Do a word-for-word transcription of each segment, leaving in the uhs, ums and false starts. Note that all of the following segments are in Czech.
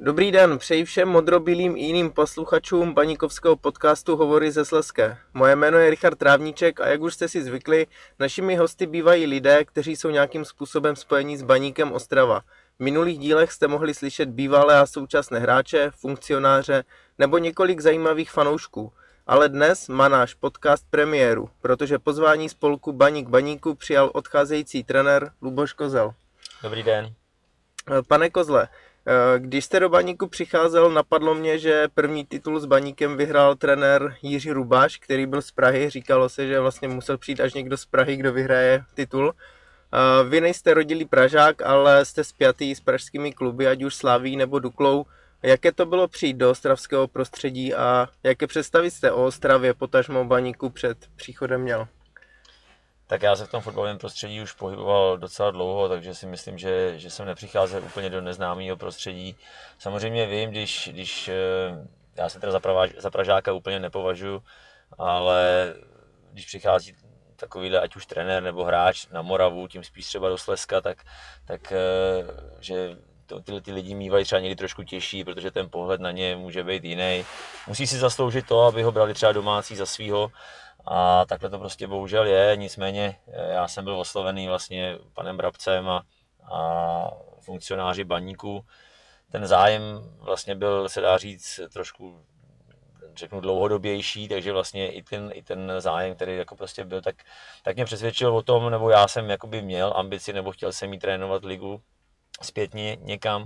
Dobrý den, přeji všem modrobílým i jiným posluchačům baníkovského podcastu Hovory ze Slezské. Moje jméno je Richard Trávníček a jak už jste si zvykli, našimi hosty bývají lidé, kteří jsou nějakým způsobem spojení s Baníkem Ostrava. V minulých dílech jste mohli slyšet bývalé a současné hráče, funkcionáře nebo několik zajímavých fanoušků. Ale dnes má náš podcast premiéru, protože pozvání spolku Baník Baníku přijal odcházející trenér Luboš Kozel. Dobrý den. Pane Kozle, když jste do Baníku přicházel, napadlo mě, že první titul s Baníkem vyhrál trenér Jiří Rubáš, který byl z Prahy. Říkalo se, že vlastně musel přijít až někdo z Prahy, kdo vyhraje titul. Vy nejste rodilý Pražák, ale jste spjatý s pražskými kluby, ať už Slaví nebo Duklou. Jaké to bylo přijít do ostravského prostředí a jaké představy jste o Ostravě, potažmo Baníku před příchodem měl? Tak já se v tom fotbalovém prostředí už pohyboval docela dlouho, takže si myslím, že, že jsem nepřicházel úplně do neznámého prostředí. Samozřejmě vím, když, když já se teda za, praváž, za Pražáka úplně nepovažuji, ale když přichází takovýhle ať už trenér nebo hráč na Moravu, tím spíš třeba do Slezska, tak, tak že to, tyhle ty lidi mývají třeba někdy trošku těžší, protože ten pohled na ně může být jiný. Musí si zasloužit to, aby ho brali třeba domácí za svýho. A takhle to prostě bohužel je, nicméně já jsem byl oslovený vlastně panem Brabcem a, a funkcionáři Baníku. Ten zájem vlastně byl, se dá říct, trošku řeknu dlouhodobější, takže vlastně i ten, i ten zájem, který jako prostě byl, tak, tak mě přesvědčil o tom, nebo já jsem jakoby měl ambici, nebo chtěl jsem jí trénovat ligu zpětně někam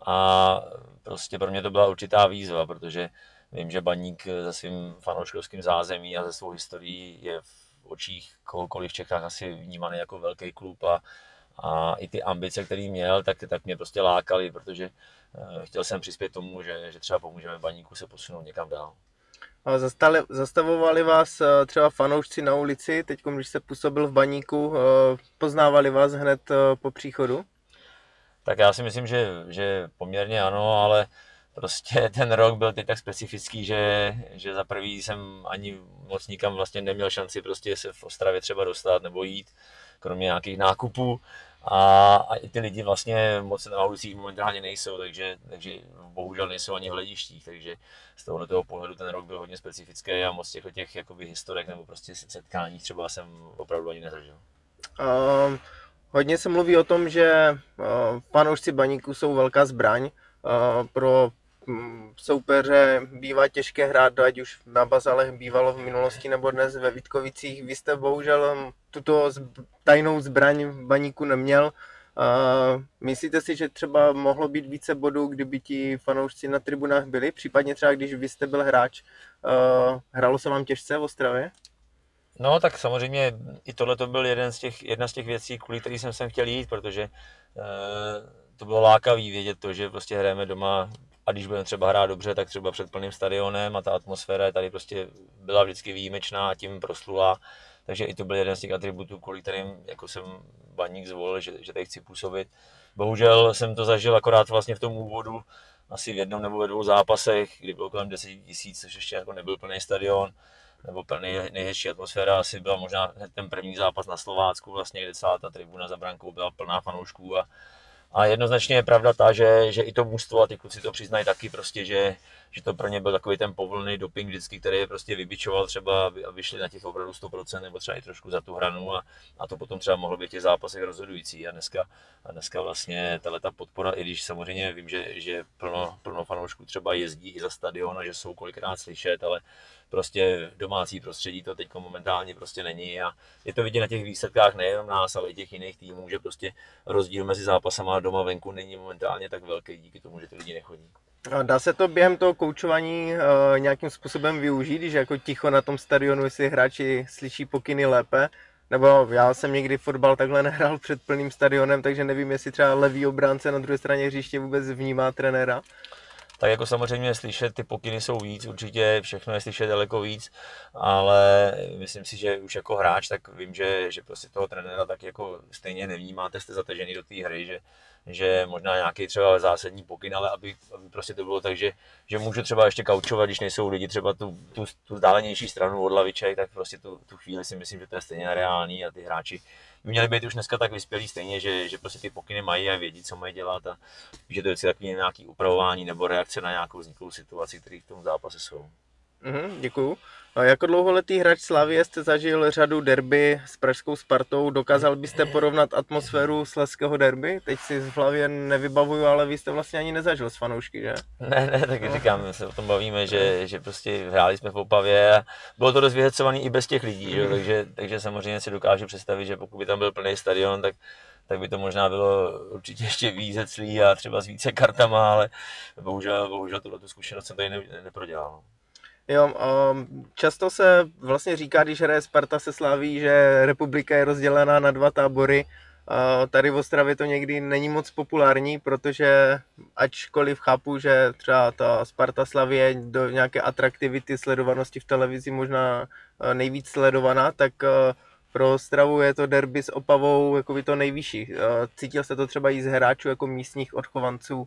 a prostě pro mě to byla určitá výzva, protože vím, že Baník se svým fanouškovským zázemí a se svou historií je v očích kohokoliv v Čechách asi vnímaný jako velký klub a, a i ty ambice, které měl, tak, tak mě prostě lákaly, protože uh, chtěl jsem přispět tomu, že, že třeba pomůžeme Baníku se posunout někam dál. A zastali, zastavovali vás třeba fanoušci na ulici, teď když jste působil v Baníku, poznávali vás hned po příchodu? Tak já si myslím, že, že poměrně ano, ale prostě ten rok byl teď tak specifický, že, že za prvý jsem ani moc nikam vlastně neměl šanci prostě se v Ostravě třeba dostat nebo jít, kromě nějakých nákupů. A, a i ty lidi vlastně moc na ulicích momentálně nejsou, takže, takže bohužel nejsou ani v hledištích, takže z tohoto pohledu ten rok byl hodně specifický a moc těch, těch jakoby historek nebo prostě setkání třeba jsem opravdu ani nezažil. Um... Hodně se mluví o tom, že fanoušci Baníku jsou velká zbraň. Pro soupeře bývá těžké hrát, ať už na Bazalech bývalo v minulosti nebo dnes ve Vítkovicích. Vy jste bohužel tuto tajnou zbraň v Baníku neměl. Myslíte si, že třeba mohlo být více bodů, kdyby ti fanoušci na tribunách byli? Případně třeba, když vy jste byl hráč, hrálo se vám těžce v Ostravě? No tak samozřejmě i tohle to byl jeden z těch, jedna z těch věcí, kvůli který jsem sem chtěl jít, protože e, to bylo lákavý vědět to, že prostě hrajeme doma a když budeme třeba hrát dobře, tak třeba před plným stadionem a ta atmosféra tady prostě byla vždycky výjimečná a tím proslula. Takže i to byl jeden z těch atributů, kvůli kterým jako jsem Baník zvolil, že, že tady chci působit. Bohužel jsem to zažil akorát vlastně v tom úvodu, asi v jednom nebo ve dvou zápasech, kdy bylo kolem deset tisíc, což ještě jako nebyl plný stadion. Nebo plný, nejhezčí atmosféra asi byla možná ten první zápas na Slovácku, vlastně, kde celá ta tribuna za brankou byla plná fanoušků a, a jednoznačně je pravda ta, že, že i to mužstvo a ty kluci to přiznají taky prostě, že, že to pro ně byl takový ten povolný doping vždycky, který je prostě vybičoval třeba, aby, aby šli na těch opravdu sto procent nebo třeba i trošku za tu hranu a, a to potom třeba mohlo být v těch zápasech rozhodující a dneska, a dneska vlastně tato podpora, i když samozřejmě vím, že, že plno, plno fanoušků třeba jezdí i za stadion a že jsou kolikrát slyšet, ale prostě domácí prostředí to teď momentálně prostě není a je to vidět na těch výsledkách nejenom nás, ale i těch jiných týmů, že prostě rozdíl mezi zápasama a doma venku není momentálně tak velký díky tomu, že ty lidi nechodí. A dá se to během toho koučování uh, nějakým způsobem využít, že jako ticho na tom stadionu, jestli hráči slyší pokyny lépe? Nebo já jsem někdy fotbal takhle nehrál před plným stadionem, takže nevím, jestli třeba levý obránce na druhé straně hřiště vůbec vnímá trenéra. Tak jako samozřejmě slyšet, ty pokyny jsou víc, určitě všechno je slyšet daleko víc, ale myslím si, že už jako hráč, tak vím, že, že prostě toho trenéra tak jako stejně nevnímáte, jste zatažený do té hry, že, že možná nějaký třeba zásadní pokyn, ale aby, aby prostě to bylo tak, že, že můžu třeba ještě kaučovat, když nejsou lidi třeba tu, tu, tu vzdálenější stranu od laviček, tak prostě tu, tu chvíli si myslím, že to je stejně nereálný a ty hráči měli být už dneska tak vyspělí stejně, že, že prostě ty pokyny mají a vědí, co mají dělat a že to je takový nějaký upravování nebo reakce na nějakou vzniklou situaci, které v tom zápase jsou. Mhm, děkuju. A jako dlouholetý hráč Slavie jste zažil řadu derby s pražskou Spartou. Dokázal byste porovnat atmosféru slezského derby? Teď si v hlavě nevybavuju, ale vy jste vlastně ani nezažil s fanoušky, že? Ne, ne, tak říkám, se o tom bavíme, že, že prostě hráli jsme v Opavě a bylo to dost vyhecované i bez těch lidí, že? Takže, takže samozřejmě si dokážu představit, že pokud by tam byl plný stadion, tak tak by to možná bylo určitě ještě víc heclý a třeba s více kartama, ale bohužel, bohužel tuhle zkušenost jsem tady ne, neprodělal. Jo, často se vlastně říká, když hraje Sparta se Slaví, že republika je rozdělená na dva tábory. Tady v Ostravě to někdy není moc populární, protože ačkoliv chápu, že třeba ta Sparta Slavie do nějaké atraktivity, sledovanosti v televizi možná nejvíc sledovaná, tak pro Ostravu je to derby s Opavou jako by to nejvyšší. Cítil jste to třeba i z hráčů jako místních odchovanců?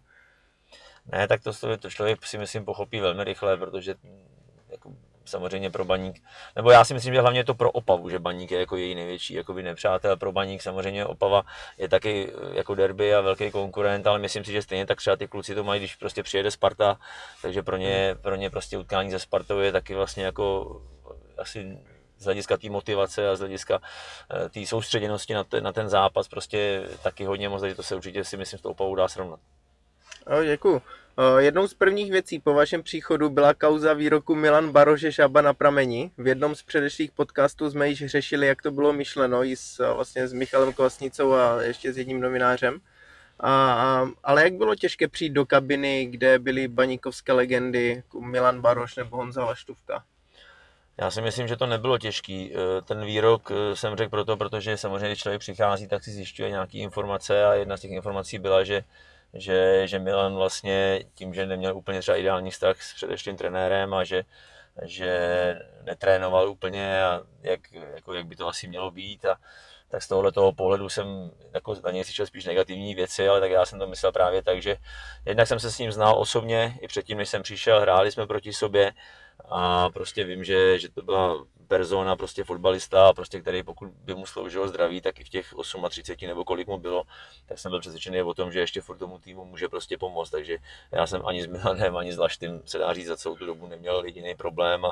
Ne, tak to, to člověk si myslím pochopí velmi rychle, protože jako samozřejmě pro Baník, nebo já si myslím, že hlavně je to pro Opavu, že Baník je jako její největší jakoby nepřátel, pro Baník samozřejmě Opava je taky jako derby a velký konkurent, ale myslím si, že stejně tak třeba ty kluci to mají, když prostě přijede Sparta, takže pro ně, pro ně prostě utkání se Spartou je taky vlastně jako asi z hlediska té motivace a z hlediska té soustředěnosti na, te, na ten zápas prostě taky hodně moc, takže to se určitě si myslím s tou Opavou dá srovnat. O, děkuju. O, jednou z prvních věcí po vašem příchodu byla kauza výroku Milan Barože Žaba na prameni. V jednom z předešlých podcastů jsme již řešili, jak to bylo myšleno, i s, vlastně s Michalem Kvasnicou a ještě s jedním novinářem. A, a, ale jak bylo těžké přijít do kabiny, kde byly baníkovské legendy jako Milan Baroš nebo Honza Laštůvka? Já si myslím, že to nebylo těžký. Ten výrok jsem řekl proto, protože samozřejmě, když člověk přichází, tak si zjišťuje nějaké informace a jedna z těch informací byla, že Že, že Milan vlastně tím, že neměl úplně třeba ideální vztah s předešlým trenérem a že, že netrénoval úplně a jak, jako, jak by to asi mělo být. A, tak z tohoto pohledu jsem jako na něj slyšel spíš negativní věci, ale tak já jsem to myslel právě tak, že jednak jsem se s ním znal osobně, i předtím, než jsem přišel, hráli jsme proti sobě a prostě vím, že, že to byla persona, prostě fotbalista, prostě, který pokud by mu sloužilo zdraví, tak i v těch třicet osm nebo kolik mu bylo, tak jsem byl přesvědčený o tom, že ještě furt tomu týmu může prostě pomoct, takže já jsem ani s Milanem, ani s Laštym, se dá říct, za celou tu dobu neměl jediný problém a,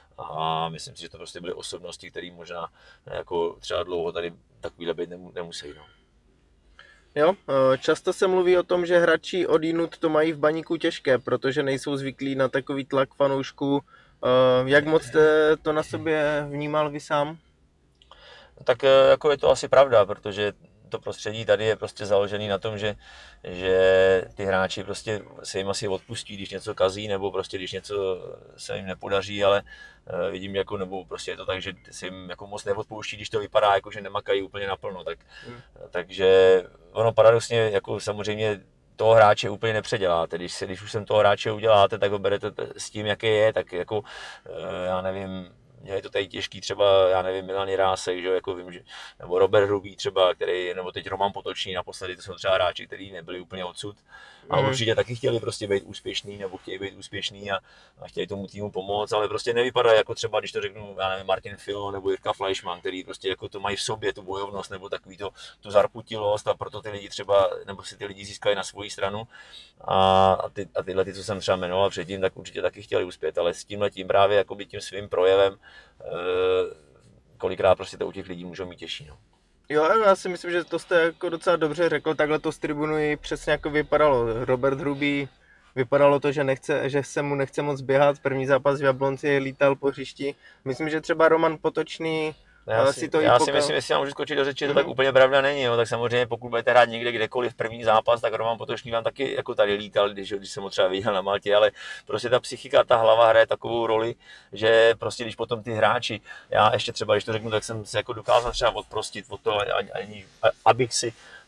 a myslím si, že to prostě byly osobnosti, které možná jako třeba dlouho tady takovýhle být nemusí. No. Jo, často se mluví o tom, že hráči odjinud to mají v Baníku těžké, protože nejsou zvyklí na takový tlak fanoušků. Jak moc jste to na sobě vnímal vy sám? Tak jako je to asi pravda, protože to prostředí tady je prostě založený na tom, že, že ty hráči prostě se jim asi odpustí, když něco kazí, nebo prostě když něco se jim nepodaří, ale vidím, jako, nebo prostě je to tak, že se jim jako moc neodpouští, když to vypadá, jako, že nemakají úplně naplno. Tak, hmm. Takže ono paradoxně, jako samozřejmě toho hráče úplně nepředěláte. Když, se, když už sem toho hráče uděláte, tak ho berete s tím, jaký je, tak jako, já nevím, je to tady těžký, třeba, já nevím, Milan Jirásek, že jako vím, že, nebo Robert Hrubý třeba, který, nebo teď Roman Potočný naposledy, to jsou třeba hráči, kteří nebyli úplně odsud. A mm. určitě taky chtěli prostě být úspěšný, nebo chtějí být úspěšný a, a chtějí tomu týmu pomoct, ale prostě nevypadá jako třeba, když to řeknu, já nevím, Martin Filo nebo Jirka Fleischmann, který prostě jako to mají v sobě, tu bojovnost, nebo takový to, tu zarputilost a proto ty lidi třeba, nebo si ty lidi získali na svoji stranu. A, a, ty, a tyhle, ty, co jsem třeba jmenoval předtím, tak určitě taky chtěli uspět, ale s tímhletím právě jakoby tím svým projevem kolikrát prostě to u těch lidí můžou mít těžší. No. Jo, já si myslím, že to jste jako docela dobře řekl, takhle to z tribuny přesně jako vypadalo. Robert Hrubý, vypadalo to, že, nechce, že se mu nechce moc běhat, první zápas v Jablonci lítal po hřišti. Myslím, že třeba Roman Potočný Já si, si, to já i si myslím, jestli já můžu skočit do řeči, to mm. tak úplně pravda není. No. Tak samozřejmě pokud budete hrát někde kdekoliv první zápas, tak Roman Potočný vám taky jako tady lítal, když, když jsem ho třeba viděl na Maltě, ale prostě ta psychika, ta hlava hraje takovou roli, že prostě když potom ty hráči, já ještě třeba, když to řeknu, tak jsem se jako dokázal třeba odprostit od toho, ani, ani, abych si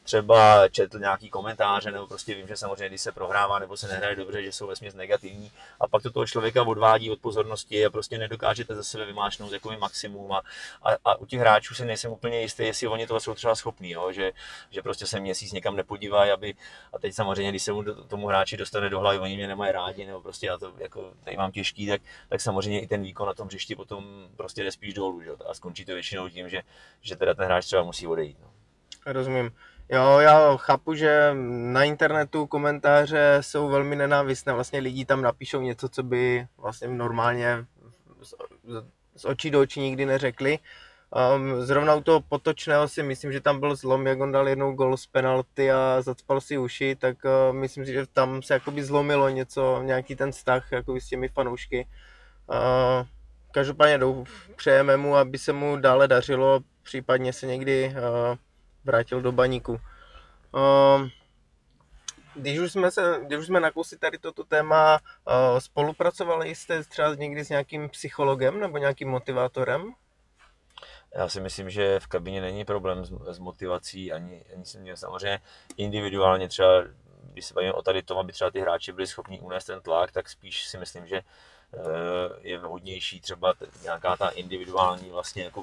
třeba četl nějaký komentáře, nebo prostě vím, že samozřejmě, když se prohrává nebo se nehraje dobře, že jsou vesměs negativní a pak to toho člověka odvádí od pozornosti a prostě nedokážete ze sebe vymáčknout jako maximum a, a, a u těch hráčů si nejsem úplně jistý, jestli oni toho jsou třeba schopní, jo? Že, že prostě se měsíc někam nepodívají, aby a teď samozřejmě, když se mu tomu hráči dostane do hlavy, oni mě nemají rádi, nebo prostě já to jako tady mám těžký, tak, tak samozřejmě i ten výkon na tom hřišti potom prostě jde spíš dolů, že? A skončí to většinou tím, že, že teda ten hráč třeba musí odejít. No. Rozumím. Jo, já chápu, že na internetu komentáře jsou velmi nenávistné. Vlastně lidi tam napíšou něco, co by vlastně normálně z, z očí do očí nikdy neřekli. Um, zrovna u toho Potočného si myslím, že tam byl zlom, jak on dal jednou gol z penalty a zacpal si uši, tak uh, myslím si, že tam se jakoby zlomilo něco, nějaký ten vztah jakoby s těmi fanoušky. Uh, každopádně přejeme mu, aby se mu dále dařilo, případně se někdy uh, vrátil do Baníku. Uh, když už jsme, se, když už jsme nakousli tady toto téma, uh, spolupracovali jste třeba někdy s nějakým psychologem nebo nějakým motivátorem? Já si myslím, že v kabině není problém s, s motivací, ani, ani si mě samozřejmě individuálně třeba, když se bavíme o tady tom, aby třeba ty hráči byli schopni unést ten tlak, tak spíš si myslím, že je vhodnější třeba nějaká ta individuální vlastně jako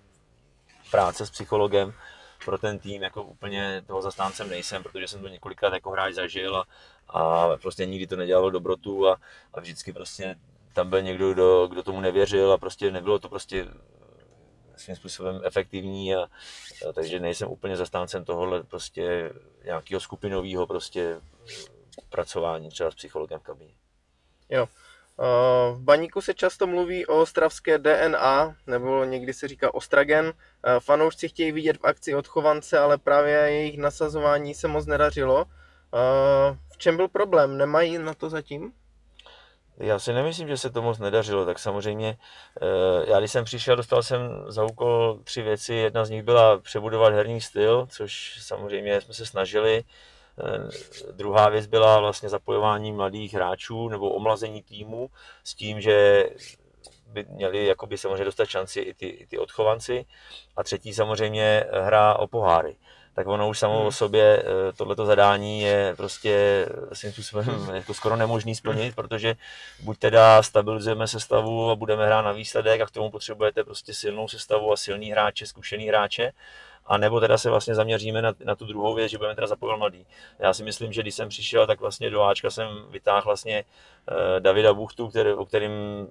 práce s psychologem pro ten tým, jako úplně toho zastáncem nejsem, protože jsem to několikrát jako hráč zažil a, a prostě nikdy to nedělalo dobrotu a, a vždycky prostě tam byl někdo, kdo, kdo tomu nevěřil a prostě nebylo to prostě svým způsobem efektivní a, a takže nejsem úplně zastáncem tohohle prostě nějakého skupinového prostě pracování třeba s psychologem v kabině. Jo. V Baníku se často mluví o ostravské D N A, nebo někdy se říká ostragen. Fanoušci chtějí vidět v akci odchovance, ale právě jejich nasazování se moc nedařilo. V čem byl problém? Nemají na to zatím? Já si nemyslím, že se to moc nedařilo, tak samozřejmě já když jsem přišel, dostal jsem za úkol tři věci, jedna z nich byla přebudovat herní styl, což samozřejmě jsme se snažili. Druhá věc byla vlastně zapojování mladých hráčů nebo omlazení týmu s tím, že by měli jakoby samozřejmě dostat šanci i ty, i ty odchovanci. A třetí samozřejmě hra o poháry. Tak ono už samo o sobě tohleto zadání je prostě svým způsobem jako skoro nemožný splnit, protože buď teda stabilizujeme sestavu a budeme hrát na výsledek a k tomu potřebujete prostě silnou sestavu a silný hráče, zkušený hráče, a nebo teda se vlastně zaměříme na, na tu druhou věc, že budeme teda zapojovat mladý. Já si myslím, že když jsem přišel, tak vlastně do Ačka jsem vytáhl vlastně uh, Davida Buchtu, který, o kterým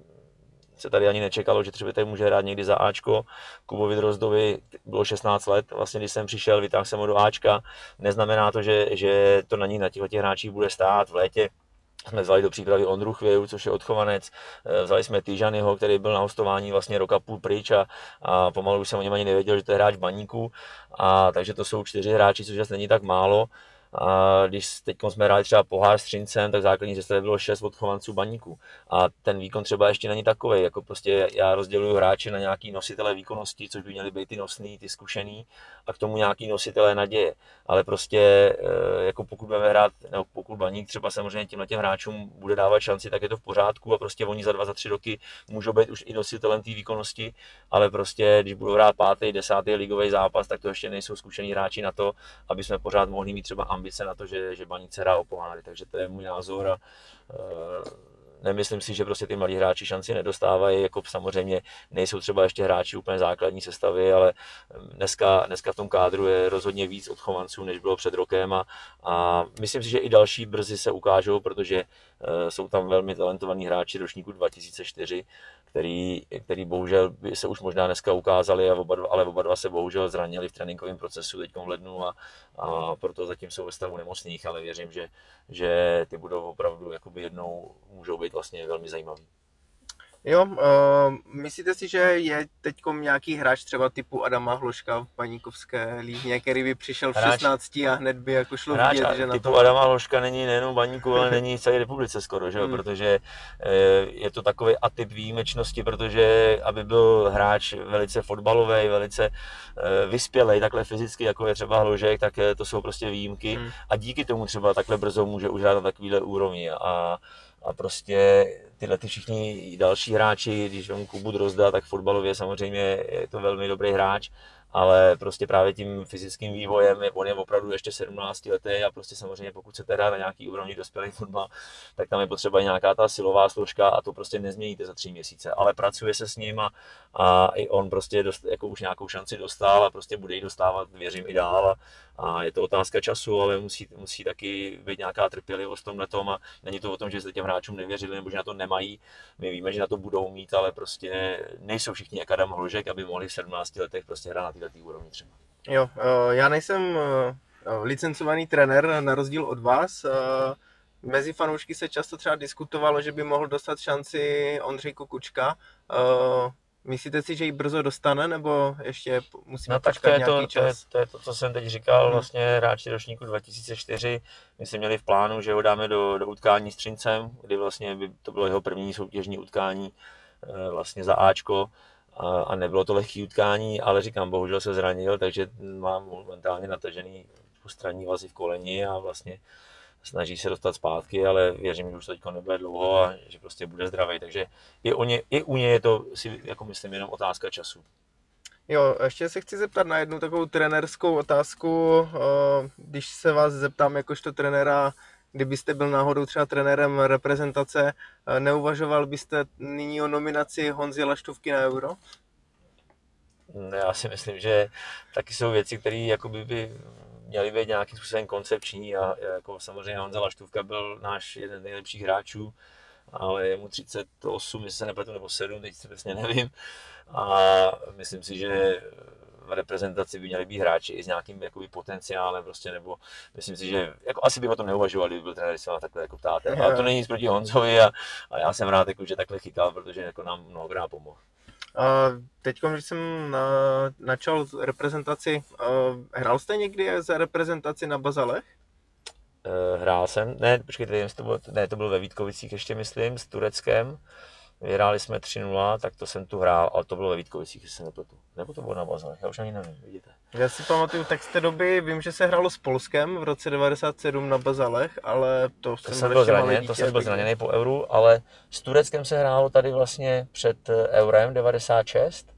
se tady ani nečekalo, že třeba tady může hrát někdy za Ačko. Kubovi Drozdovi bylo šestnáct let, vlastně když jsem přišel, vytáhl jsem ho do Ačka. Neznamená to, že, že to na ní na těchto hráčích bude stát. V létě jsme vzali do přípravy Ondru Chvěju, což je odchovanec, vzali jsme Týžanyho, který byl na hostování vlastně roka půl pryč a, a pomalu už jsem o něm ani nevěděl, že to je hráč Baníku, a takže to jsou čtyři hráči, což není tak málo. A když teď jsme hráli třeba pohár s Třincem, tak základní sestavě bylo šest odchovanců Baníku. A ten výkon třeba ještě není takový, jako prostě já rozděluju hráče na nějaký nositele výkonnosti, což by měly být ty nosný, ty zkušený, a k tomu nějaký nositele naděje. Ale prostě jako pokud budeme hrát, nebo pokud Baník třeba samozřejmě těmhle těm hráčům bude dávat šanci, tak je to v pořádku a prostě oni za dva, za tři roky můžou být už i nositelem té výkonnosti, ale prostě když budou hrát pátý, desátý ligový zápas, tak to ještě nejsou zkušení hráči na to, aby jsme pořád mohli mít třeba ambice na to, že, že Baník se hrá o poháry, takže to je můj názor a uh, nemyslím si, že prostě ty mladí hráči šanci nedostávají, jako samozřejmě nejsou třeba ještě hráči úplně základní sestavy, ale dneska, dneska v tom kádru je rozhodně víc odchovanců, než bylo před rokem a, a myslím si, že i další brzy se ukážou, protože uh, jsou tam velmi talentovaní hráči ročníku dva tisíce čtyři, který, který bohužel by se už možná dneska ukázali, a oba dva, ale oba dva se bohužel zranili v tréninkovém procesu teď v lednu a, a proto zatím jsou ve stavu nemocných, ale věřím, že, že ty budou opravdu jakoby jednou můžou být vlastně velmi zajímavý. Jo, uh, myslíte si, že je teď nějaký hráč třeba typu Adama Hloška v Baníkovské líhně, který by přišel v šestnácti a hned by jako šlo hráč vidět, že na typu to... Adama Hloška není nejenom v Baníku, ale není v celé republice skoro, že? Hmm. Protože je to takový atyp výjimečnosti, protože aby byl hráč velice fotbalový, velice vyspělej, takhle fyzicky, jako je třeba Hložek, tak to jsou prostě výjimky hmm. a díky tomu třeba takhle brzo může už hrát na takovýhle úrovni a A prostě tyhle ty všichni další hráči, když on Kubu Drozda, tak fotbalově samozřejmě je to velmi dobrý hráč ale prostě právě tím fyzickým vývojem, on je opravdu ještě sedmnáct letý a prostě samozřejmě pokud chcete hrát na nějaký úrovni dospělý fotbal, tak tam je potřeba nějaká ta silová složka a to prostě nezměníte za tři měsíce, ale pracuje se s ním a, a i on prostě dost, jako už nějakou šanci dostal a prostě bude ji dostávat, věřím, i dál a, a je to otázka času, ale musí, musí taky být nějaká trpělivost v tomhletom a není to o tom, že se těm hráčům nevěřili nebo že na to nemají, my víme, že na to budou mít, ale prostě nejsou všichni jak Adam Hložek, aby mohli v sedmnácti letech prostě hrát na této úrovni třeba. Jo, já nejsem licencovaný trenér na rozdíl od vás. Mezi fanoušky se často třeba diskutovalo, že by mohl dostat šanci Ondřej Kukučka. Myslíte si, že ji brzo dostane, nebo ještě musíme no, tak počkat to je nějaký to, čas? To je, to je to, co jsem teď říkal, vlastně hráči ročníku dva tisíce čtyři, my jsme měli v plánu, že ho dáme do, do utkání s Třincem, kdy vlastně by to bylo jeho první soutěžní utkání vlastně za Ačko a, a nebylo to lehké utkání, ale říkám, bohužel se zranil, takže mám momentálně natažený postranní vazy v koleni a vlastně snaží se dostat zpátky, ale věřím, že už to teď nebude dlouho a že prostě bude zdravý, takže i, o ně, i u něj je to si jako myslím jenom otázka času. Jo, ještě se chci zeptat na jednu takovou trenérskou otázku. Když se vás zeptám jakožto trenéra, kdybyste byl náhodou třeba trenérem reprezentace, neuvažoval byste nyní o nominaci Honzy Laštůvky na Euro? Já si myslím, že taky jsou věci, které jakoby by měly být nějakým způsobem koncepční a jako samozřejmě Honza Laštůvka byl náš jeden z nejlepších hráčů, ale je mu třicet osm, jestli se nepletu, nebo sedm, teď si přesně nevím. A myslím si, že v reprezentaci by měli být hráči i s nějakým jakoby, potenciálem, prostě, nebo myslím si, že jako, asi by o tom neuvažovali, kdyby byl trenér, když se vás takhle jako ptáte. Ale to není nic proti Honzovi a, a já jsem rád, jako, že takhle chytal, protože jako nám mnohokrát pomohl. Teď, když jsem na, načal reprezentaci, hrál jste někdy za reprezentaci na Bazalech? Hrál jsem, ne, počkejte, to bylo, ne, to bylo ve Vítkovicích ještě myslím, s Tureckem. Vyhráli jsme tři nula, tak to jsem tu hrál, ale to bylo ve Vítkovicích, jestli se nepletu. Nebo to bylo na Bazalech, já už ani nevím, vidíte. Já si pamatuju, tak z té doby vím, že se hrálo s Polskem v roce devadesát sedm na Bazalech, ale to, to jsem byl zraněn, to jsem byl zraněný po Euru, ale s Tureckem se hrálo tady vlastně před Eurem devadesát šest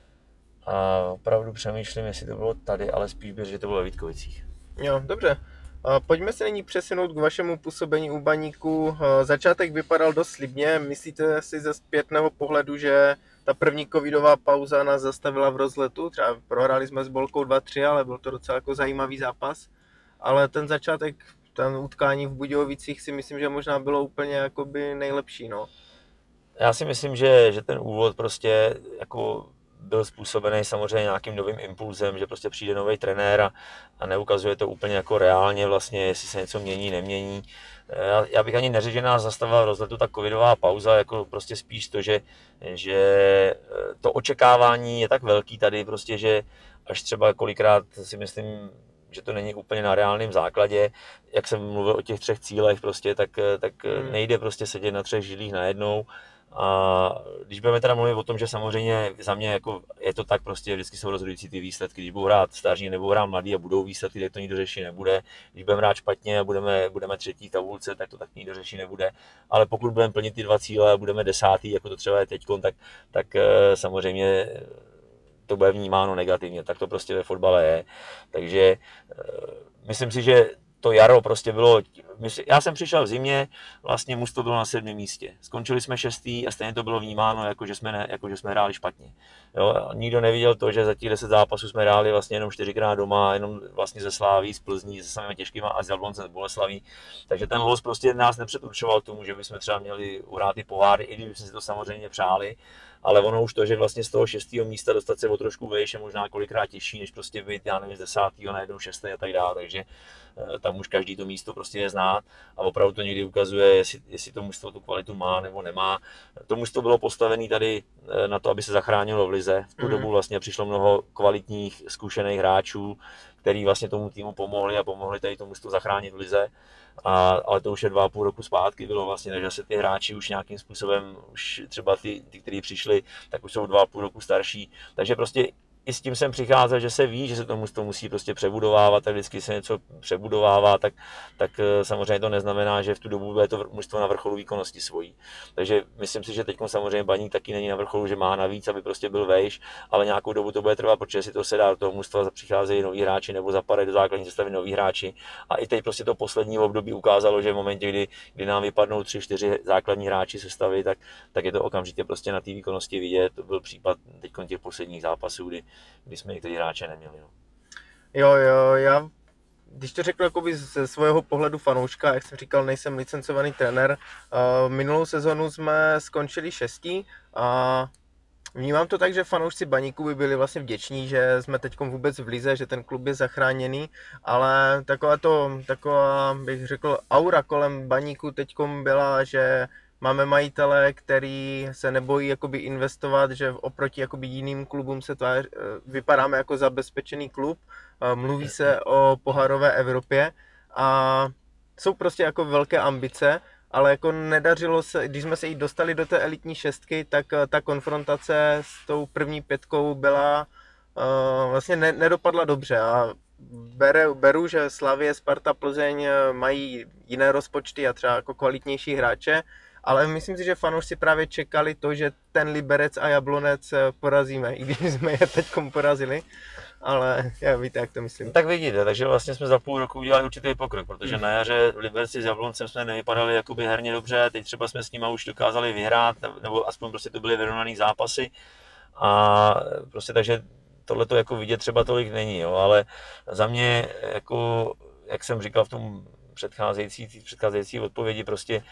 a opravdu přemýšlím, jestli to bylo tady, ale spíš bych, že to bylo ve Vítkovicích. Jo, dobře. Pojďme se nyní přesunout k vašemu působení u Baníku. Začátek vypadal dost slibně. Myslíte si ze zpětného pohledu, že ta první covidová pauza nás zastavila v rozletu? Třeba prohráli jsme s Bolkou dva tři, ale byl to docela jako zajímavý zápas. Ale ten začátek, ten utkání v Budějovicích si myslím, že možná bylo úplně jakoby nejlepší. No. Já si myslím, že, že ten úvod prostě jako byl způsobený samozřejmě nějakým novým impulzem, že prostě přijde nový trenér a, a neukazuje to úplně jako reálně vlastně, jestli se něco mění, nemění. Já, já bych ani neřekl, že nás zastavila v rozletu ta covidová pauza, jako prostě spíš to, že, že to očekávání je tak velký tady prostě, že až třeba kolikrát si myslím, že to není úplně na reálném základě. Jak jsem mluvil o těch třech cílech prostě, tak, tak nejde prostě sedět na třech židlích najednou. A když budeme teda mluvit o tom, že samozřejmě za mě jako je to tak prostě, vždycky jsou rozhodující ty výsledky, když budou hrát staří nebo hrát mladí a budou výsledky, tak to nikdo řešit nebude. Když budeme hrát špatně a budeme, budeme třetí v tabulce, tak to tak nikdo řešit nebude. Ale pokud budeme plnit ty dva cíle a budeme desátý, jako to třeba je teď, tak, tak samozřejmě to bude vnímáno negativně, tak to prostě ve fotbale je. Takže myslím si, že to jaro prostě bylo, já jsem přišel v zimě, vlastně mužstvo bylo na sedmém místě. Skončili jsme šestý a stejně to bylo vnímáno, jako že jsme, ne, jako že jsme hráli špatně. Jo, nikdo neviděl to, že za těch deset zápasů jsme hráli vlastně jenom čtyřikrát doma, jenom vlastně ze Sláví, z Plzní, se samými těžkýma a z Jabloncem, z Boleslaví. Takže ten los prostě nás nepředurčoval tomu, že bychom třeba měli uhrát ty poháry, i když jsme si to samozřejmě přáli. Ale ono už to, že vlastně z toho šestého místa dostat se o trošku vejš je možná kolikrát těžší, než prostě být, já nevím, z desátého na jednou šesté a tak dále, takže tam už každý to místo prostě je znát a opravdu to někdy ukazuje, jestli, jestli to mužstvo tu kvalitu má nebo nemá. To mužstvo bylo postavené tady na to, aby se zachránilo v lize. V tu mm. dobu vlastně přišlo mnoho kvalitních, zkušených hráčů, který vlastně tomu týmu pomohli a pomohli tady tomu mužstvu zachránit v lize. A, ale to už je dva a půl roku zpátky bylo vlastně, takže se ty hráči už nějakým způsobem, už třeba ty, ty kteří přišli, tak už jsou dva a půl roku starší. Takže prostě i s tím jsem přicházel, že se ví, že se to, to musí prostě přebudovávat, tak vždycky se něco přebudovává, tak, tak samozřejmě to neznamená, že v tu dobu bude to mužstvo na vrcholu výkonnosti svojí. Takže myslím si, že teď samozřejmě Baník taky není na vrcholu, že má navíc, aby prostě byl vejš, ale nějakou dobu to bude trvat, protože si to sedá do toho mužstva, přicházejí noví hráči nebo zapadají do základní sestavy noví hráči. A i teď prostě to poslední období ukázalo, že v momentě, kdy, kdy nám vypadnou tři, čtyři základní hráči sestavy, tak, tak je to okamžitě prostě na té výkonnosti vidět. To byl případ teď těch posledních zápasů, kdy, kdy jsme některý hráče neměli. No. Jo, jo, já, když to řeknu jakoby ze svého pohledu fanouška, jak jsem říkal, nejsem licencovaný trenér. Uh, minulou sezonu jsme skončili šestí a vnímám to tak, že fanoušci Baníku by byli vlastně vděční, že jsme teď vůbec v lize, že ten klub je zachráněný, ale taková to, taková, bych řekl, aura kolem Baníku teď byla, že máme majitele, který se nebojí jakoby investovat, že oproti jakoby jiným klubům se to vypadáme jako zabezpečený klub. Mluví se o pohárové Evropě a jsou prostě jako velké ambice, ale jako nedařilo se, když jsme se jí dostali do té elitní šestky, tak ta konfrontace s tou první pětkou byla uh, vlastně ne, nedopadla dobře a beru, beru, že Slavie, Sparta, Plzeň mají jiné rozpočty a třeba jako kvalitnější hráče, ale myslím si, že fanoušci právě čekali to, že ten Liberec a Jablonec porazíme, i když jsme je teď porazili. Ale já víte, jak to myslím. Tak vidíte, takže vlastně jsme za půl roku udělali určitý pokrok, protože na jaře v Liberci s Jabloncem jsme nevypadali jakoby herně dobře, teď třeba jsme s nimi už dokázali vyhrát, nebo aspoň prostě to byly vyrovnaný zápasy a prostě takže tohle to jako vidět třeba tolik není, jo, ale za mě jako, jak jsem říkal v tom předcházející, předcházející odpovědi, prostě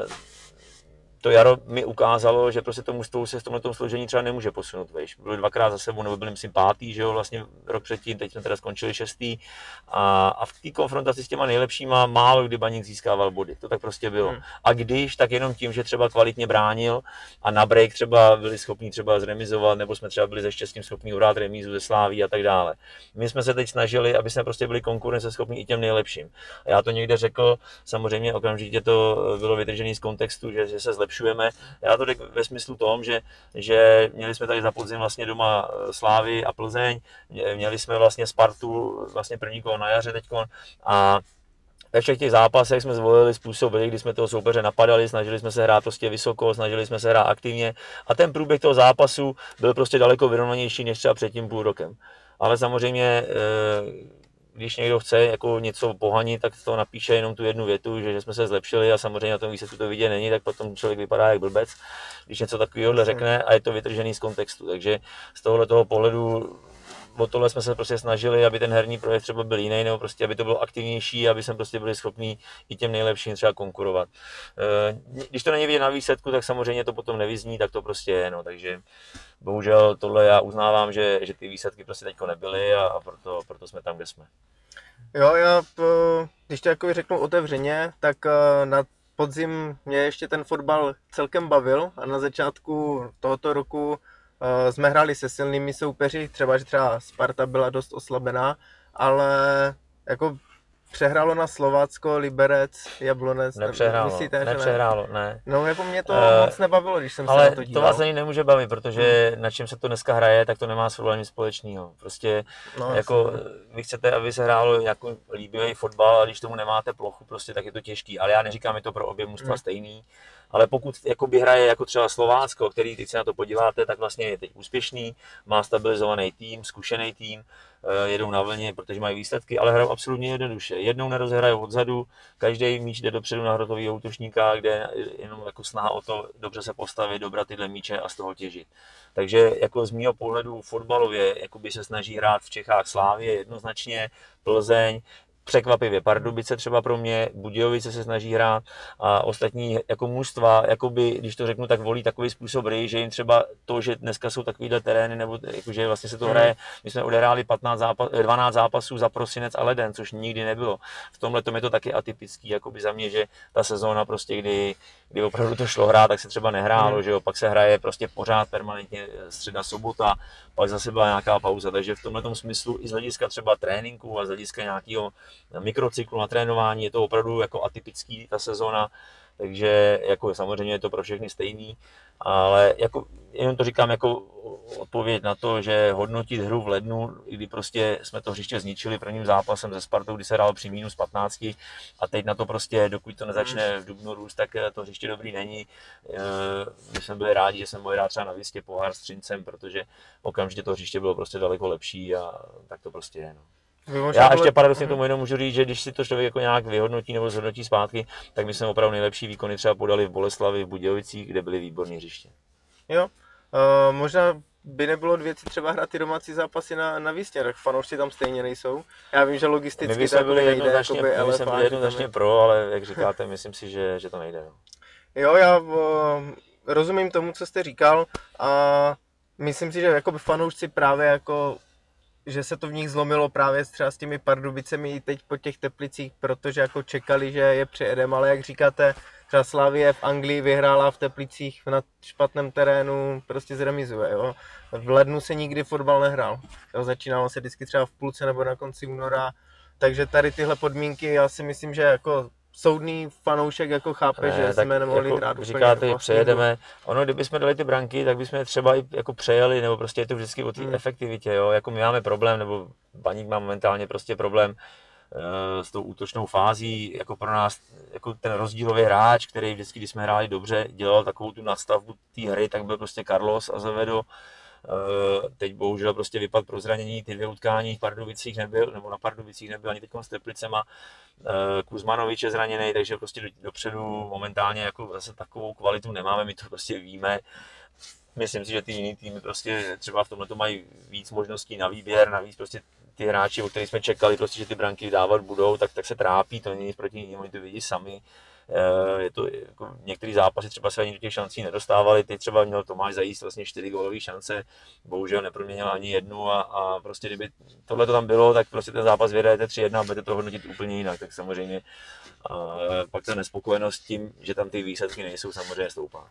to jaro mi ukázalo, že prostě to mužstvo se v tomto složení třeba nemůže posunout vejš. Byli dvakrát za sebou, nebo byli myslím pátý, že jo, vlastně rok předtím, teď jsme teda skončili šestý. A, a v té konfrontaci s těma nejlepšíma málo kdy Baník získával body. To tak prostě bylo. Hmm. A když, tak jenom tím, že třeba kvalitně bránil a na break třeba byli schopni třeba zremizovat, nebo jsme třeba byli ze štěstím schopni urát remízu ze Sláví a tak dále. My jsme se teď snažili, aby jsme prostě byli konkurenceschopní i těm nejlepším. A já to někde řekl, samozřejmě okamžitě to bylo vytržené z kontextu, že, že se zlepšili. Já to řekl ve smyslu tom, že, že měli jsme tady za podzim vlastně doma Slávy a Plzeň, měli jsme vlastně Spartu vlastně první kolo na jaře teďkon a ve všech těch zápasech jsme zvolili způsob, kdy jsme toho soupeře napadali, snažili jsme se hrát prostě vysoko, snažili jsme se hrát aktivně a ten průběh toho zápasu byl prostě daleko vyrovnanější než třeba před tím půl rokem. Ale samozřejmě když někdo chce jako něco pohanit, tak to napíše jenom tu jednu větu, že, že jsme se zlepšili a samozřejmě na tom výsledku to vidět není, tak potom člověk vypadá jak blbec, když něco takového řekne a je to vytržený z kontextu. Takže z tohohle toho pohledu o tohle jsme se prostě snažili, aby ten herní projekt třeba byl jiný, nebo prostě aby to bylo aktivnější, aby jsme prostě byli schopní i těm nejlepším třeba konkurovat. Když to není vidět na výsledku, tak samozřejmě to potom nevyzní, tak to prostě je, no, takže bohužel tohle já uznávám, že, že ty výsledky prostě teďko nebyly a, a proto, proto jsme tam, kde jsme. Jo, já, když to jako řeknu otevřeně, tak na podzim mě ještě ten fotbal celkem bavil a na začátku tohoto roku jsme hráli se silnými soupeři, třeba, že třeba Sparta byla dost oslabená, ale jako přehrálo na Slovácko, Liberec, Jablonec. Nepřehrálo, myslíte, nepřehrálo, ne? ne. No jako mě to uh, moc nebavilo, když jsem ale se na to díval. Ale to vás ani nemůže bavit, protože hmm. na čem se to dneska hraje, tak to nemá s fotbalem nic společného. Prostě no, jako asi. Vy chcete, aby se hrálo jako líbivý fotbal, a když tomu nemáte plochu, prostě tak je to těžký. Ale já neříkám, je to pro obě mužstva hmm. stejný. Ale pokud jakoby hraje jako třeba Slovácko, který teď se na to podíváte, tak vlastně je teď úspěšný, má stabilizovaný tým, zkušený tým, jedou na vlně, protože mají výsledky, ale hrajou absolutně jednoduše. Jednou nerozhrajou odzadu, každý míč jde dopředu na hrotového útočníka, kde je jenom jako snaha o to dobře se postavit, dobrat tyhle míče a z toho těžit. Takže jako z mýho pohledu fotbalově jakoby se snaží hrát v Čechách Slávie jednoznačně, Plzeň, překvapivě Pardubice třeba pro mě, Budějovice se snaží hrát a ostatní jako mužstva, jakoby, když to řeknu, tak volí takový způsob hry, že jim třeba to, že dneska jsou takovýhle terény, nebo jakože vlastně se to hraje, my jsme odehráli patnáct zápas, dvanáct zápasů za prosinec a leden, což nikdy nebylo. V tomhle tom je to taky atypický, jakoby za mě, že ta sezóna prostě, kdy, kdy opravdu to šlo hrát, tak se třeba nehrálo, že jo, pak se hraje prostě pořád permanentně středa, sobota, pak zase byla nějaká pauza, takže v tomhle smyslu i z hlediska třeba tréninku a z hlediska nějakého mikrocyklu na trénování je to opravdu jako atypický ta sezóna. takže jako samozřejmě je to pro všechny stejný, ale jako, jenom to říkám jako odpověď na to, že hodnotit hru v lednu, kdy prostě jsme to hřiště zničili prvním zápasem ze Spartou, kdy se hrál při minus patnácti a teď na to prostě, dokud to nezačne v dubnu růst, tak to hřiště dobrý není. My jsme byli rádi, že jsem mohl hrát třeba na Vistě pohár s Třincem, protože okamžitě to hřiště bylo prostě daleko lepší a tak to prostě je. No. Já ještě paradoxně tomu jenom můžu říct, že když si to člověk jako nějak vyhodnotí nebo zhodnotí zpátky, tak my jsme opravdu nejlepší výkony třeba podali v Boleslavi, v Budějovicích, kde byly výborné hřiště. Jo, uh, možná by nebylo věci třeba hrát ty domácí zápasy na, na Vístě, tak fanoušci tam stejně nejsou. Já vím, že logisticky my jsme byli jednoznačně, jakoby, my jsme byli jednoznačně pro, ale jak říkáte, myslím si, že, že to nejde. No. Jo, já uh, rozumím tomu, co jste říkal a myslím si, že jakoby fanoušci právě jako že se to v nich zlomilo právě třeba s těmi Pardubicemi i teď po těch Teplicích, protože jako čekali, že je přejedem, ale jak říkáte, třeba Slavie v Anglii vyhrála v Teplicích na špatném terénu, prostě zremizuje, jo. V lednu se nikdy fotbal nehrál, jo, začínalo se vždycky třeba v půlce nebo na konci února, takže tady tyhle podmínky, já si myslím, že jako soudný fanoušek jako chápe, ne, že jsme nemohli jako hrát úplně. Říkáte, že přejedeme. Ono, kdybychom dali ty branky, tak bychom třeba i jako přejeli, nebo prostě je to vždycky o té hmm. efektivitě, jo. Jako my máme problém, nebo Baník má momentálně prostě problém uh, s tou útočnou fází, jako pro nás, jako ten rozdílový hráč, který vždycky, když jsme hráli dobře, dělal takovou tu nadstavbu té hry, tak byl prostě Carlos Azevedo. Uh, teď bohužel prostě vypad pro zranění, ty dvě utkání v Pardubicích nebyl, nebo na Pardubicích nebyl ani teď s Teplicema. Uh, Kuzmanovič je zraněný, takže prostě do, dopředu momentálně jako zase takovou kvalitu nemáme, my to prostě víme. Myslím si, že ty jiný týmy prostě třeba v tomhle to mají víc možností na výběr, navíc prostě ty hráči, o kterých jsme čekali, prostě, že ty branky dávat budou, tak, tak se trápí, to není nic proti nim, oni to vidí sami. Je to, jako některé zápasy třeba se ani do těch šancí nedostávali, teď třeba měl Tomáš Zajíc vlastně čtyři gólové šance, bohužel neproměnil ani jednu a, a prostě kdyby tohle to tam bylo, tak prostě ten zápas vyhrajete tři jedna a budete to hodnotit úplně jinak, tak samozřejmě a pak ta nespokojenost tím, že tam ty výsledky nejsou, samozřejmě stoupá.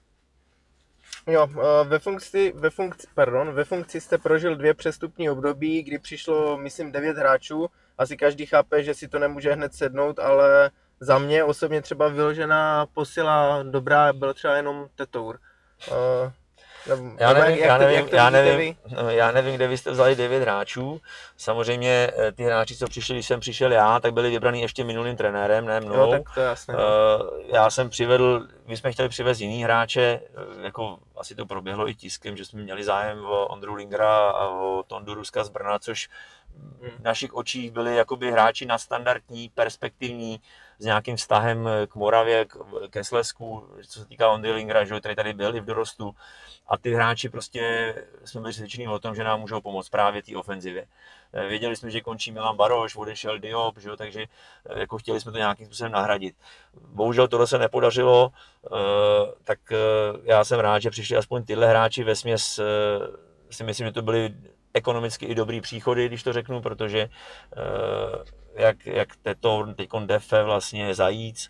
Jo, ve funkci, ve funkci, pardon, ve funkci jste prožil dvě přestupní období, kdy přišlo, myslím, devět hráčů. Asi každý chápe, že si to nemůže hned sednout, ale za mě osobně třeba vyložená posila dobrá byl třeba jenom Tetour. Uh, já nevím, jak, já, nevím, jak já, nevím, no, já nevím, kde vy jste vzali devět hráčů. Samozřejmě ty hráči, co přišli, když jsem přišel já, tak byli vybraný ještě minulým trenérem, ne mnou. Jo, tak to je jasné. Uh, já jsem přivedl, my jsme chtěli přivést jiný hráče, jako asi to proběhlo i tiskem, že jsme měli zájem o Ondru Lingera a o Tondu Ruska z Brna, což v našich očích byli jakoby hráči nadstandardní, perspektivní, s nějakým vztahem k Moravě, ke Slezsku, co se týká Ondry Lingera, že který tady byl i v dorostu. A ty hráči prostě jsme byli přesvědčení o tom, že nám můžou pomoct právě té ofenzivě. Věděli jsme, že končí Milan Baroš, odešel Diop, že jo, takže jako chtěli jsme to nějakým způsobem nahradit. Bohužel tohle se nepodařilo, tak já jsem rád, že přišli aspoň tyhle hráči, vesměs si myslím, že to byly ekonomicky i dobrý příchody, když to řeknu, protože jak, jak Teto, teďkon Defe, vlastně Zajíc,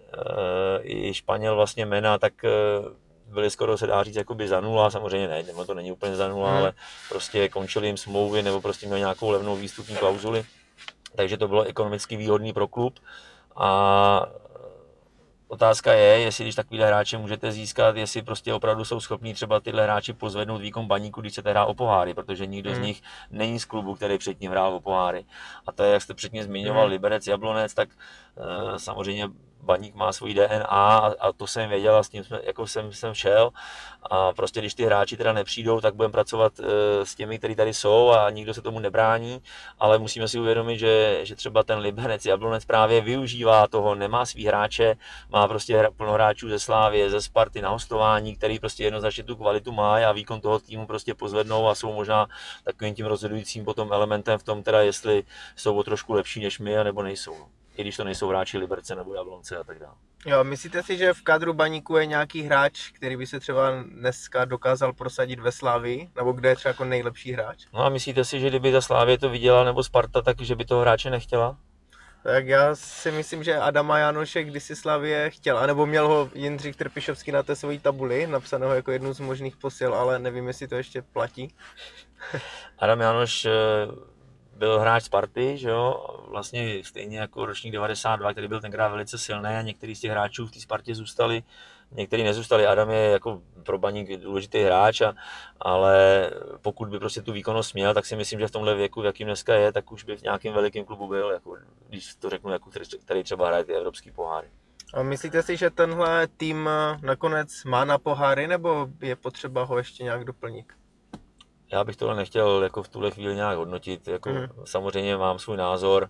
i Španěl vlastně Mena, tak byli skoro, se dá říct, jakoby za nula, samozřejmě ne, to není úplně za nula, hmm. ale prostě končili jim smlouvy nebo prostě měli nějakou levnou výstupní klauzuli, takže to bylo ekonomicky výhodný pro klub a otázka je, jestli když takovýhle hráče můžete získat, jestli prostě opravdu jsou schopní třeba tyhle hráči pozvednout výkon Baníku, když chcete hrát o poháry, protože nikdo hmm. z nich není z klubu, který předtím hrál o poháry. A to je, jak jste předtím zmiňoval, hmm. Liberec, Jablonec, tak uh, samozřejmě Baník má svůj D N A a, a to jsem věděl a s tím jsme, jako jsem, jsem šel a prostě když ty hráči teda nepřijdou, tak budeme pracovat uh, s těmi, kteří tady jsou a nikdo se tomu nebrání, ale musíme si uvědomit, že, že třeba ten Liberec, Jablonec právě využívá toho, nemá svý hráče, má prostě plno hráčů ze Slávie, ze Sparty na hostování, který prostě jednoznačně tu kvalitu má a výkon toho týmu prostě pozvednou a jsou možná takovým tím rozhodujícím potom elementem v tom teda, jestli jsou o trošku lepší než my, anebo nejsou. I když to nejsou hráči Liberce nebo Jablonce a tak dále. Jo, myslíte si, že v kádru Baníku je nějaký hráč, který by se třeba dneska dokázal prosadit ve Slávii, nebo kde je třeba jako nejlepší hráč? No a myslíte si, že kdyby ta Slávie to viděla nebo Sparta, tak že by toho hráče nechtěla? Tak já si myslím, že Adama Jánoše kdysi Slavie chtěla, nebo měl ho Jindřich Trpišovský na té své tabuli, napsaného jako jednu z možných posil, ale nevím, jestli to ještě platí. Adam Jánoš byl hráč Sparty, že jo, vlastně stejně jako ročník devadesát dva, který byl tenkrát velice silný a některý z těch hráčů v té Spartě zůstali, někteří nezůstali. Adam je jako pro Baník důležitý hráč, a, ale pokud by prostě tu výkonnost měl, tak si myslím, že v tomhle věku, v jakým dneska je, tak už by v nějakém velikém klubu byl, jako, když to řeknu, jako, který třeba hraje ty evropský poháry. A myslíte si, že tenhle tým nakonec má na poháry, nebo je potřeba ho ještě nějak doplnit? Já bych tohle nechtěl jako v tuhle chvíli nějak hodnotit, jako mm. samozřejmě mám svůj názor.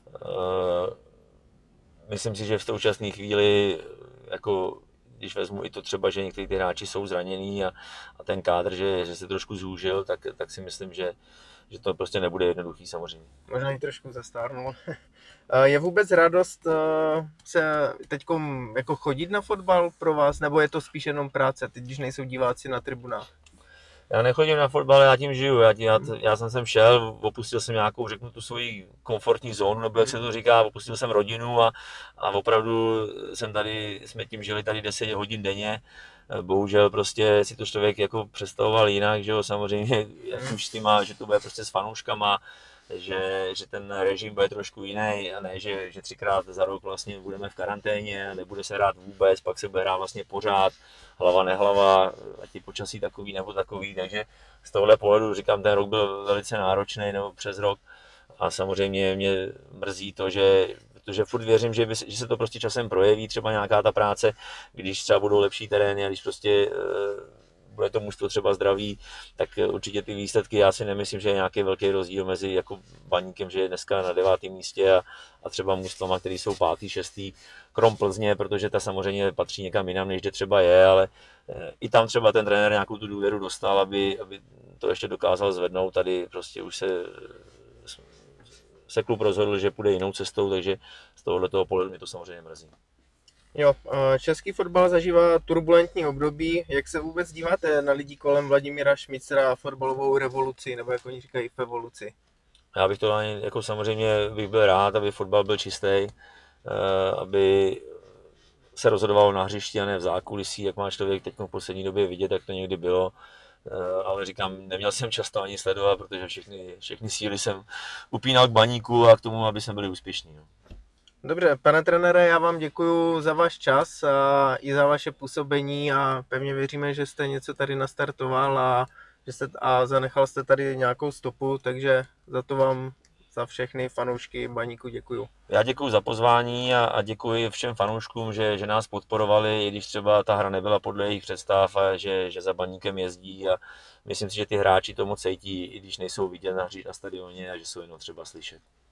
Myslím si, že v současné chvíli, jako když vezmu i to třeba, že někteří ty hráči jsou zranění a, a ten kádr, že, že se trošku zúžil, tak, tak si myslím, že, že to prostě nebude jednoduchý samozřejmě. Možná i trošku zastárnul. Je vůbec radost se teď jako chodit na fotbal pro vás, nebo je to spíš jenom práce, teď když nejsou diváci na tribunách? Já nechodím na fotbal, já tím žiju. Já, já, já jsem sem šel, opustil jsem nějakou, řeknu, tu svoji komfortní zónu, nebo jak se to říká, opustil jsem rodinu a, a opravdu jsem tady, jsme tím žili tady deset hodin denně. Bohužel prostě si to člověk jako představoval jinak, že jo, samozřejmě, jak už s týma, že to bude prostě s fanouškama, že, že ten režim bude trošku jiný a ne, že, že třikrát za rok vlastně budeme v karanténě, nebude se hrát vůbec, pak se bude hrát vlastně pořád, hlava nehlava, ať je počasí takový nebo takový, takže z tohohle pohledu říkám, ten rok byl velice náročný, nebo přes rok, a samozřejmě mě mrzí to, že protože furt věřím, že, by, že se to prostě časem projeví, třeba nějaká ta práce, když třeba budou lepší terény a když prostě bude to mužstvo třeba zdraví, tak určitě ty výsledky, já si nemyslím, že je nějaký velký rozdíl mezi jako Baníkem, že je dneska na devátém místě, a, a třeba mužstvama, který jsou pátý, šestý, krom Plzně, protože ta samozřejmě patří někam jinam, než kde třeba je, ale i tam třeba ten trenér nějakou tu důvěru dostal, aby, aby to ještě dokázal zvednout. Tady prostě už se, se klub rozhodl, že půjde jinou cestou, takže z tohoto pohledu mě to samozřejmě mrzí. Jo, český fotbal zažívá turbulentní období. Jak se vůbec díváte na lidi kolem Vladimíra Šmícera a fotbalovou revoluci, nebo jak oni říkají, evoluci? Já bych to ani, jako samozřejmě bych byl rád, aby fotbal byl čistý, aby se rozhodovalo na hřišti a ne v zákulisí, jak má člověk teď v poslední době vidět, jak to někdy bylo. Ale říkám, neměl jsem často ani sledovat, protože všechny, všechny síly jsem upínal k Baníku a k tomu, aby jsme byli úspěšní. No. Dobře, pane trenére, já vám děkuji za váš čas a i za vaše působení a pevně věříme, že jste něco tady nastartoval a, že jste, a zanechal jste tady nějakou stopu, takže za to vám, za všechny fanoušky Baníku děkuji. Já děkuji za pozvání a, a děkuji všem fanouškům, že, že nás podporovali, i když třeba ta hra nebyla podle jejich představ a že, že za Baníkem jezdí, a myslím si, že ty hráči to moc cítí, i když nejsou vidět na hřišti na stadioně, a že jsou jenom třeba slyšet.